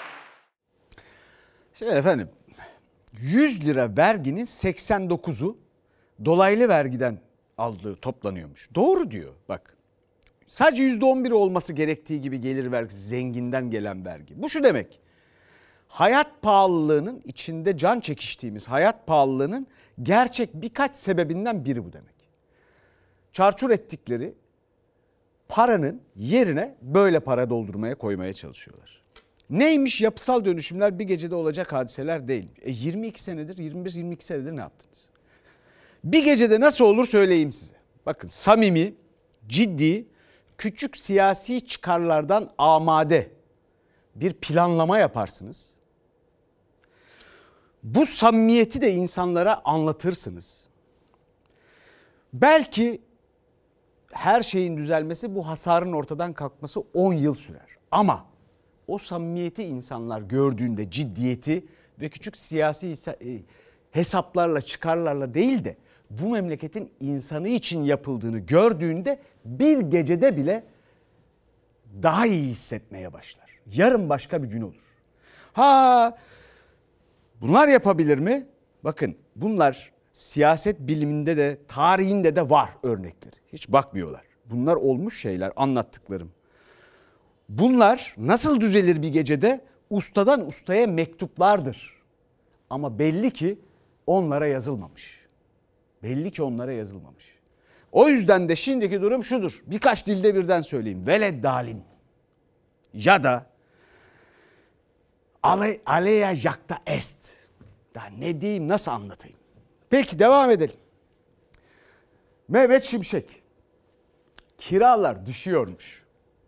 Şimdi efendim yüz lira verginin seksen dokuzu dolaylı vergiden aldığı toplanıyormuş. Doğru diyor bak. Sadece yüzde on bir olması gerektiği gibi gelir vergisi zenginden gelen vergi. Bu şu demek. Hayat pahalılığının içinde can çekiştiğimiz hayat pahalılığının gerçek birkaç sebebinden biri bu demek. Çarçur ettikleri paranın yerine böyle para doldurmaya koymaya çalışıyorlar. Neymiş yapısal dönüşümler bir gecede olacak hadiseler değil. E yirmi iki senedir, yirmi bir yirmi iki senedir ne yaptınız? Bir gecede nasıl olur söyleyeyim size. Bakın samimi, ciddi, küçük siyasi çıkarlardan amade bir planlama yaparsınız. Bu samimiyeti de insanlara anlatırsınız. Belki her şeyin düzelmesi, bu hasarın ortadan kalkması on yıl sürer. Ama o samimiyeti insanlar gördüğünde, ciddiyeti ve küçük siyasi hesaplarla, çıkarlarla değil de bu memleketin insanı için yapıldığını gördüğünde bir gecede bile daha iyi hissetmeye başlar. Yarın başka bir gün olur. Ha, bunlar yapabilir mi? Bakın bunlar siyaset biliminde de tarihinde de var örnekleri. Hiç bakmıyorlar. Bunlar olmuş şeyler, anlattıklarım. Bunlar nasıl düzelir bir gecede? Ustadan ustaya mektuplardır. Ama belli ki onlara yazılmamış. Belli ki onlara yazılmamış. O yüzden de şimdiki durum şudur. Birkaç dilde birden söyleyeyim. Veleddalin ya da Ale, aleya jacta est. Daha ne diyeyim, nasıl anlatayım? Peki devam edelim. Mehmet Şimşek. Kiralar düşüyormuş.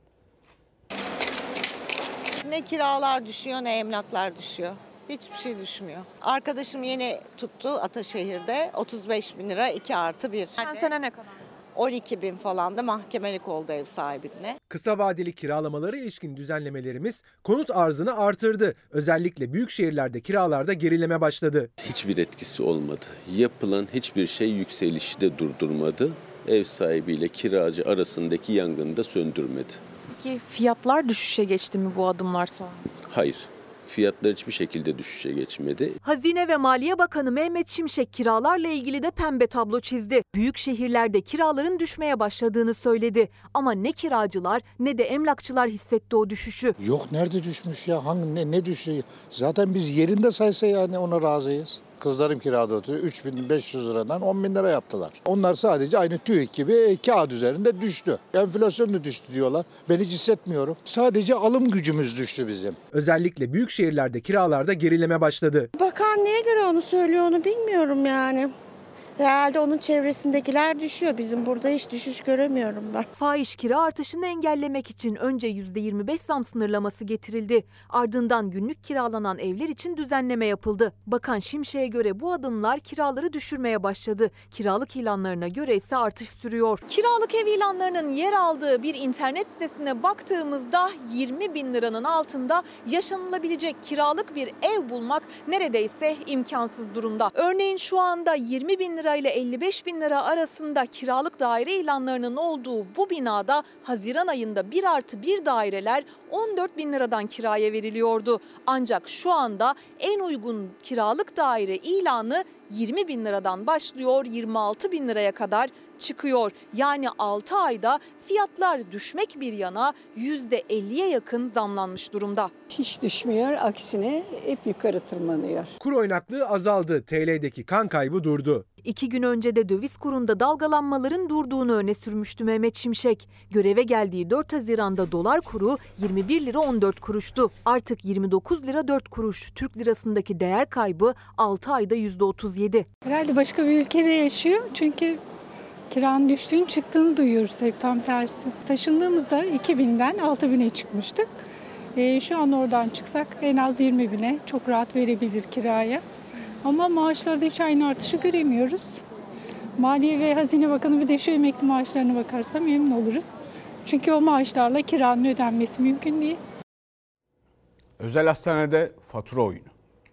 Ne kiralar düşüyor ne emlaklar düşüyor. Hiçbir şey düşmüyor. Arkadaşım yeni tuttu Ataşehir'de otuz beş bin lira iki artı bir. Sen sene ne kadar? on iki bin falan da mahkemelik oldu ev sahibine. Kısa vadeli kiralamalara ilişkin düzenlemelerimiz konut arzını artırdı. Özellikle büyük şehirlerde kiralarda gerileme başladı. Hiçbir etkisi olmadı. Yapılan hiçbir şey yükselişi de durdurmadı. Ev sahibiyle kiracı arasındaki yangını da söndürmedi. Peki fiyatlar düşüşe geçti mi bu adımlar sonra? Hayır. Fiyatlar hiçbir şekilde düşüşe geçmedi. Hazine ve Maliye Bakanı Mehmet Şimşek kiralarla ilgili de pembe tablo çizdi. Büyük şehirlerde kiraların düşmeye başladığını söyledi. Ama ne kiracılar ne de emlakçılar hissetti o düşüşü. Yok, nerede düşmüş ya? Hangi ne, ne düşüyor? Zaten biz yerinde saysa yani ona razıyız. Kızlarım kirada oturuyor. üç bin beş yüz liradan on bin lira yaptılar. Onlar sadece aynı TÜİK gibi kağıt üzerinde düştü. Enflasyon da düştü diyorlar. Ben hiç hissetmiyorum. Sadece alım gücümüz düştü bizim. Özellikle büyük şehirlerde kiralarda gerileme başladı. Bakan neye göre onu söylüyor onu bilmiyorum yani. Herhalde onun çevresindekiler düşüyor. Bizim burada hiç düşüş göremiyorum ben. Fahiş kira artışını engellemek için önce yüzde yirmi beş zam sınırlaması getirildi. Ardından günlük kiralanan evler için düzenleme yapıldı. Bakan Şimşek'e göre bu adımlar kiraları düşürmeye başladı. Kiralık ilanlarına göre ise artış sürüyor. Kiralık ev ilanlarının yer aldığı bir internet sitesine baktığımızda yirmi bin liranın altında yaşanılabilecek kiralık bir ev bulmak neredeyse imkansız durumda. Örneğin şu anda yirmi bin lira ile elli beş bin lira arasında kiralık daire ilanlarının olduğu bu binada Haziran ayında bir artı bir daireler on dört bin liradan kiraya veriliyordu. Ancak şu anda en uygun kiralık daire ilanı yirmi bin liradan başlıyor, yirmi altı bin liraya kadar çıkıyor. Yani altı ayda fiyatlar düşmek bir yana yüzde elliye yakın zamlanmış durumda. Hiç düşmüyor, aksine hep yukarı tırmanıyor. Kur oynaklığı azaldı, T L'deki kan kaybı durdu. İki gün önce de döviz kurunda dalgalanmaların durduğunu öne sürmüştü Mehmet Şimşek. Göreve geldiği dört Haziran'da dolar kuru yirmi bir lira on dört kuruştu. Artık yirmi dokuz lira dört kuruş. Türk lirasındaki değer kaybı altı ayda yüzde otuz yedi. Herhalde başka bir ülkede yaşıyor çünkü kiranın düştüğünü çıktığını duyuyoruz hep tam tersi. Taşındığımızda iki binden altı bine çıkmıştık. E, şu an oradan çıksak en az yirmi bine çok rahat verebilir kiraya. Ama maaşlarda hiç aynı artışı göremiyoruz. Maliye ve Hazine Bakanı bir de şu emekli maaşlarına bakarsa memnun oluruz. Çünkü o maaşlarla kiranın ödenmesi mümkün değil. Özel hastanede fatura oyunu.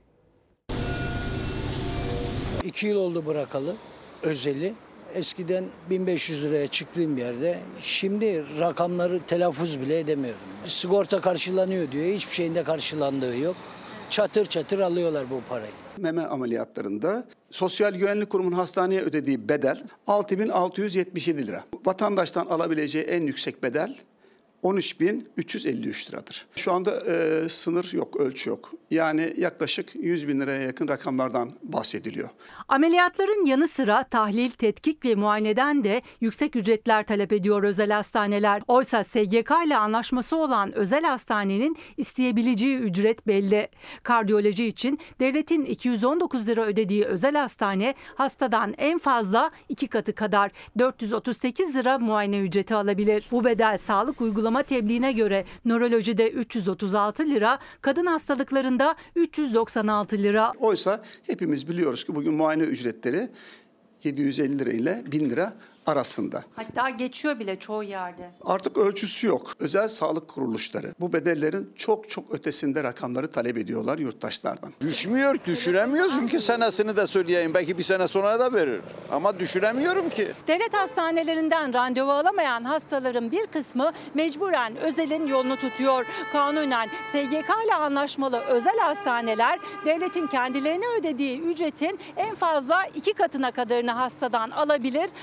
İki yıl oldu bırakalı özeli. Eskiden bin beş yüz liraya çıktığım yerde şimdi rakamları telaffuz bile edemiyorum. Sigorta karşılanıyor diyor. Hiçbir şeyinde karşılandığı yok. Çatır çatır alıyorlar bu parayı. Meme ameliyatlarında Sosyal Güvenlik Kurumu'nun hastaneye ödediği bedel altı bin altı yüz yetmiş yedi lira. Vatandaştan alabileceği en yüksek bedel on üç bin üç yüz elli üç liradır. Şu anda e, sınır yok, ölçü yok. Yani yaklaşık yüz bin liraya yakın rakamlardan bahsediliyor. Ameliyatların yanı sıra tahlil, tetkik ve muayeneden de yüksek ücretler talep ediyor özel hastaneler. Oysa S G K ile anlaşması olan özel hastanenin isteyebileceği ücret belli. Kardiyoloji için devletin iki yüz on dokuz lira ödediği özel hastane hastadan en fazla iki katı kadar dört yüz otuz sekiz lira muayene ücreti alabilir. Bu bedel sağlık uygulama tebliğine göre nörolojide üç yüz otuz altı lira, kadın hastalıklarında üç yüz doksan altı lira. Oysa hepimiz biliyoruz ki bugün muayene ücretleri yedi yüz elli lira ile bin lira arasında. Hatta geçiyor bile çoğu yerde. Artık ölçüsü yok. Özel sağlık kuruluşları bu bedellerin çok çok ötesinde rakamları talep ediyorlar yurttaşlardan. Düşmüyor, düşüremiyorsun ki senesini de söyleyeyim. Belki bir sene sonra da verir. Ama düşüremiyorum ki. Devlet hastanelerinden randevu alamayan hastaların bir kısmı mecburen özelin yolunu tutuyor. Kanunen S G K ile anlaşmalı özel hastaneler devletin kendilerine ödediği ücretin en fazla iki katına kadarını hastadan alabilir. Ancak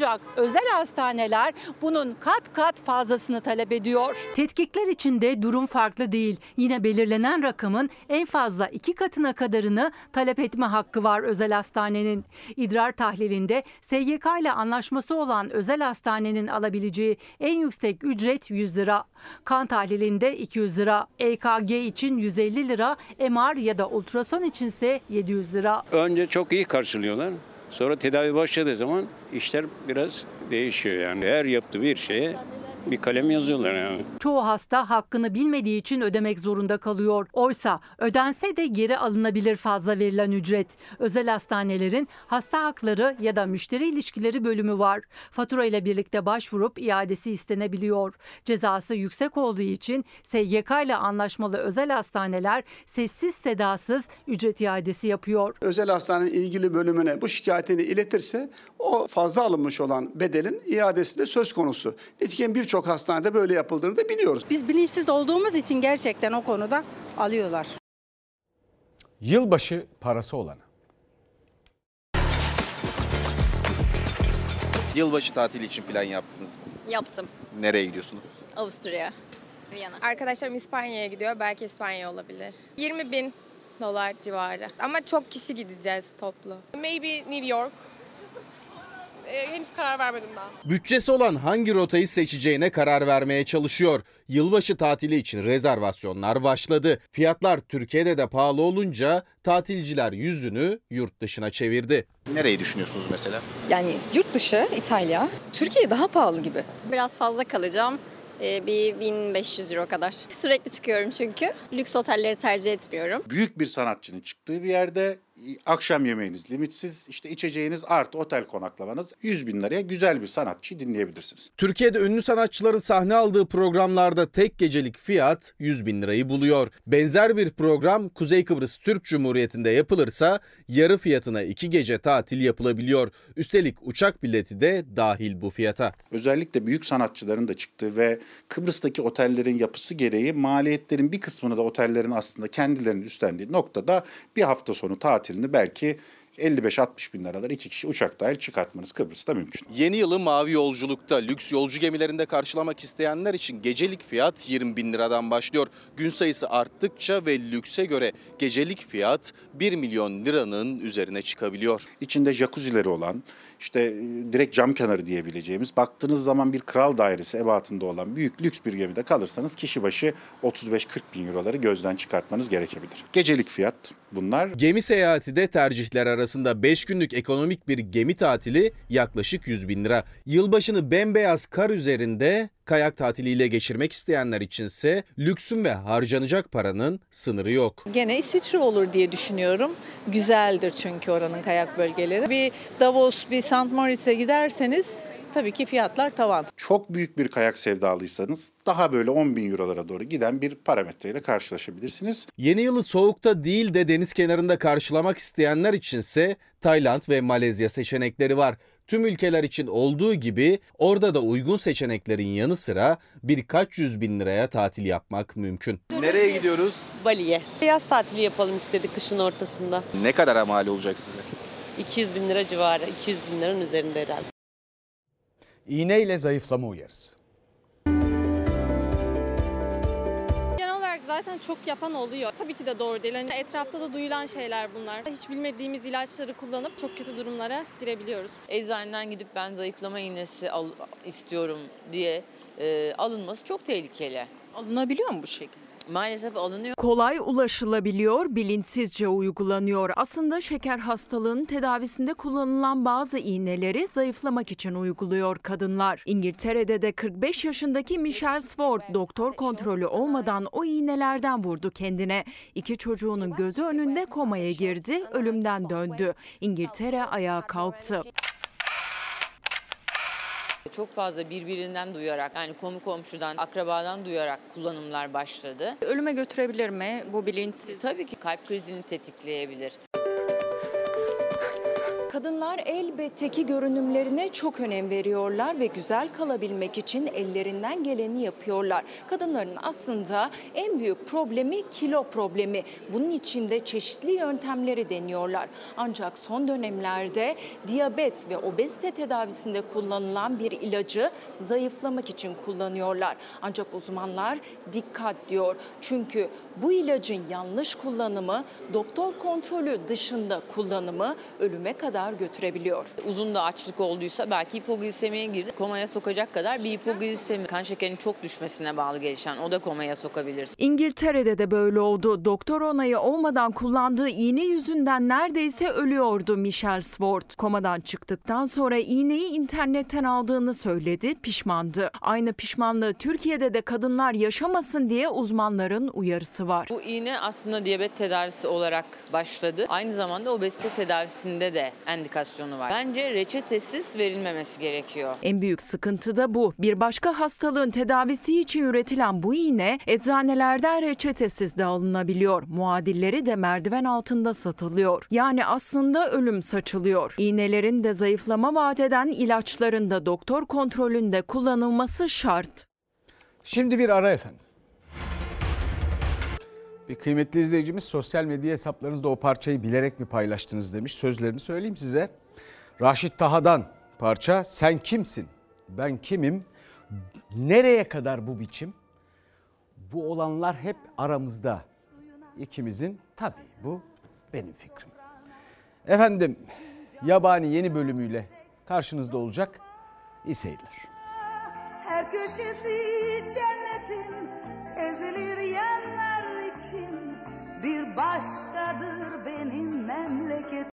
Ancak özel hastaneler bunun kat kat fazlasını talep ediyor. Tetkikler için de durum farklı değil. Yine belirlenen rakamın en fazla iki katına kadarını talep etme hakkı var özel hastanenin. İdrar tahlilinde S G K ile anlaşması olan özel hastanenin alabileceği en yüksek ücret yüz lira. Kan tahlilinde iki yüz lira. E K G için yüz elli lira, M R ya da ultrason içinse yedi yüz lira. Önce çok iyi karşılıyorlar. Sonra tedavi başladığı zaman işler biraz değişiyor yani. Her yaptığı bir şeye bir kalem yazıyorlar yani. Çoğu hasta hakkını bilmediği için ödemek zorunda kalıyor. Oysa ödense de geri alınabilir fazla verilen ücret. Özel hastanelerin hasta hakları ya da müşteri ilişkileri bölümü var. Fatura ile birlikte başvurup iadesi istenebiliyor. Cezası yüksek olduğu için S G K ile anlaşmalı özel hastaneler sessiz sedasız ücret iadesi yapıyor. Özel hastanenin ilgili bölümüne bu şikayetini iletirse o fazla alınmış olan bedelin iadesi de söz konusu. Nitekim birçok hastanede böyle yapıldığını da biliyoruz. Biz bilinçsiz olduğumuz için gerçekten o konuda alıyorlar. Yılbaşı parası olana. Yılbaşı tatili için plan yaptınız mı? Yaptım. Nereye gidiyorsunuz? Avusturya, Viyana. Arkadaşlarım İspanya'ya gidiyor. Belki İspanya olabilir. yirmi bin dolar civarı. Ama çok kişi gideceğiz toplu. Maybe New York. Ee, henüz karar vermedim daha. Bütçesi olan hangi rotayı seçeceğine karar vermeye çalışıyor. Yılbaşı tatili için rezervasyonlar başladı. Fiyatlar Türkiye'de de pahalı olunca tatilciler yüzünü yurt dışına çevirdi. Nereyi düşünüyorsunuz mesela? Yani yurt dışı, İtalya. Türkiye daha pahalı gibi. Biraz fazla kalacağım. Ee, bir bin beş yüz euro kadar. Sürekli çıkıyorum çünkü. Lüks otelleri tercih etmiyorum. Büyük bir sanatçının çıktığı bir yerde akşam yemeğiniz limitsiz, işte içeceğiniz artı otel konaklamanız yüz bin liraya güzel bir sanatçıyı dinleyebilirsiniz. Türkiye'de ünlü sanatçıların sahne aldığı programlarda tek gecelik fiyat yüz bin lirayı buluyor. Benzer bir program Kuzey Kıbrıs Türk Cumhuriyeti'nde yapılırsa yarı fiyatına iki gece tatil yapılabiliyor. Üstelik uçak bileti de dahil bu fiyata. Özellikle büyük sanatçıların da çıktığı ve Kıbrıs'taki otellerin yapısı gereği maliyetlerin bir kısmını da otellerin aslında kendilerinin üstlendiği noktada bir hafta sonu tatil belki elli beş altmış bin liralar iki kişi uçak dahil çıkartmanız Kıbrıs'ta mümkün. Yeni yılı mavi yolculukta lüks yolcu gemilerinde karşılamak isteyenler için gecelik fiyat yirmi bin liradan başlıyor. Gün sayısı arttıkça ve lükse göre gecelik fiyat bir milyon liranın üzerine çıkabiliyor. İçinde jacuzzileri olan, işte direkt cam kenarı diyebileceğimiz, baktığınız zaman bir kral dairesi ebatında olan büyük lüks bir gemide kalırsanız kişi başı otuz beş kırk bin euroları gözden çıkartmanız gerekebilir. Gecelik fiyat bunlar. Gemi seyahati de tercihler arasında. beş günlük ekonomik bir gemi tatili yaklaşık yüz bin lira. Yılbaşını bembeyaz kar üzerinde kayak tatiliyle geçirmek isteyenler içinse lüksün ve harcanacak paranın sınırı yok. Gene İsviçre olur diye düşünüyorum. Güzeldir çünkü oranın kayak bölgeleri. Bir Davos, bir Saint Moritz giderseniz tabii ki fiyatlar tavan. Çok büyük bir kayak sevdalıysanız daha böyle on bin eurolara doğru giden bir parametreyle karşılaşabilirsiniz. Yeni yılı soğukta değil de deniz kenarında karşılamak isteyenler içinse Tayland ve Malezya seçenekleri var. Tüm ülkeler için olduğu gibi orada da uygun seçeneklerin yanı sıra birkaç yüz bin liraya tatil yapmak mümkün. Nereye gidiyoruz? Bali'ye. Yaz tatili yapalım istedik kışın ortasında. Ne kadar mal olacak size? iki yüz bin lira civarı, iki yüz bin liranın üzerinde herhalde. İğneyle zayıflama uyarısı. Genel olarak zaten çok yapan oluyor. Tabii ki de doğru değil. Hani etrafta da duyulan şeyler bunlar. Hiç bilmediğimiz ilaçları kullanıp çok kötü durumlara girebiliyoruz. Eczaneden gidip ben zayıflama iğnesi al, istiyorum diye e, alınması çok tehlikeli. Alınabiliyor mu bu şekilde? Maalesef alınıyor. Kolay ulaşılabiliyor, bilinçsizce uygulanıyor. Aslında şeker hastalığının tedavisinde kullanılan bazı iğneleri zayıflamak için uyguluyor kadınlar. İngiltere'de de kırk beş yaşındaki Michelle Sword doktor kontrolü olmadan o iğnelerden vurdu kendine. İki çocuğunun gözü önünde komaya girdi, ölümden döndü. İngiltere ayağa kalktı. Çok fazla birbirinden duyarak, yani konu komşudan, akrabadan duyarak kullanımlar başladı. Ölüme götürebilir mi bu bilinçsiz? Tabii ki kalp krizini tetikleyebilir. Kadınlar elbette ki görünümlerine çok önem veriyorlar ve güzel kalabilmek için ellerinden geleni yapıyorlar. Kadınların aslında en büyük problemi kilo problemi. Bunun için de çeşitli yöntemleri deniyorlar. Ancak son dönemlerde diyabet ve obezite tedavisinde kullanılan bir ilacı zayıflamak için kullanıyorlar. Ancak uzmanlar dikkat diyor. Çünkü bu ilacın yanlış kullanımı, doktor kontrolü dışında kullanımı ölüme kadar götürebiliyor. Uzun da açlık olduysa belki hipoglisemiye girdi. Komaya sokacak kadar bir hipoglisemi, kan şekerinin çok düşmesine bağlı gelişen, o da komaya sokabilir. İngiltere'de de böyle oldu. Doktor onayı olmadan kullandığı iğne yüzünden neredeyse ölüyordu Michelle Swart. Komadan çıktıktan sonra iğneyi internetten aldığını söyledi, pişmandı. Aynı pişmanlığı Türkiye'de de kadınlar yaşamasın diye uzmanların uyarısı var. Bu iğne aslında diyabet tedavisi olarak başladı. Aynı zamanda obezite tedavisinde de endikasyonu var. Bence reçetesiz verilmemesi gerekiyor. En büyük sıkıntı da bu. Bir başka hastalığın tedavisi için üretilen bu iğne eczanelerden reçetesiz de alınabiliyor. Muadilleri de merdiven altında satılıyor. Yani aslında ölüm saçılıyor. İğnelerin de zayıflama vaat eden ilaçların da doktor kontrolünde kullanılması şart. Şimdi bir ara efendim. Bir kıymetli izleyicimiz sosyal medya hesaplarınızda o parçayı bilerek mi paylaştınız demiş. Sözlerini söyleyeyim size. Raşit Taha'dan parça "Sen kimsin? Ben kimim? Nereye kadar bu biçim? Bu olanlar hep aramızda. İkimizin, tabii bu benim fikrim." Efendim, Yabani yeni bölümüyle karşınızda olacak. İyi seyirler. Her köşesi cennetin ezilir yanlar için bir başkadır benim memleketim.